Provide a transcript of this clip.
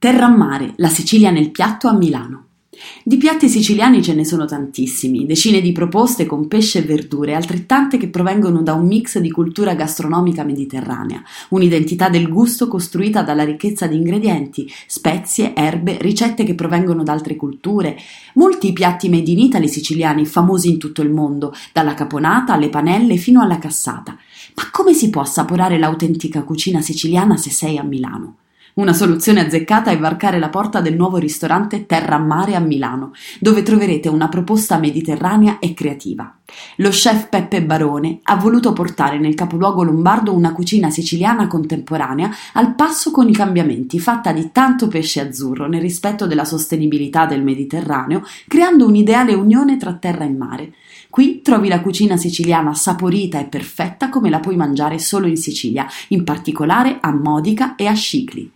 Terra a mare, la Sicilia nel piatto a Milano. Di piatti siciliani ce ne sono tantissimi, decine di proposte con pesce e verdure, altrettante che provengono da un mix di cultura gastronomica mediterranea, un'identità del gusto costruita dalla ricchezza di ingredienti, spezie, erbe, ricette che provengono da altre culture. Molti piatti made in Italy siciliani famosi in tutto il mondo, dalla caponata alle panelle fino alla cassata. Ma come si può assaporare l'autentica cucina siciliana se sei a Milano? Una soluzione azzeccata è varcare la porta del nuovo ristorante Terra a Mare a Milano, dove troverete una proposta mediterranea e creativa. Lo chef Peppe Barone ha voluto portare nel capoluogo lombardo una cucina siciliana contemporanea al passo con i cambiamenti, fatta di tanto pesce azzurro nel rispetto della sostenibilità del Mediterraneo, creando un'ideale unione tra terra e mare. Qui trovi la cucina siciliana saporita e perfetta come la puoi mangiare solo in Sicilia, in particolare a Modica e a Scicli.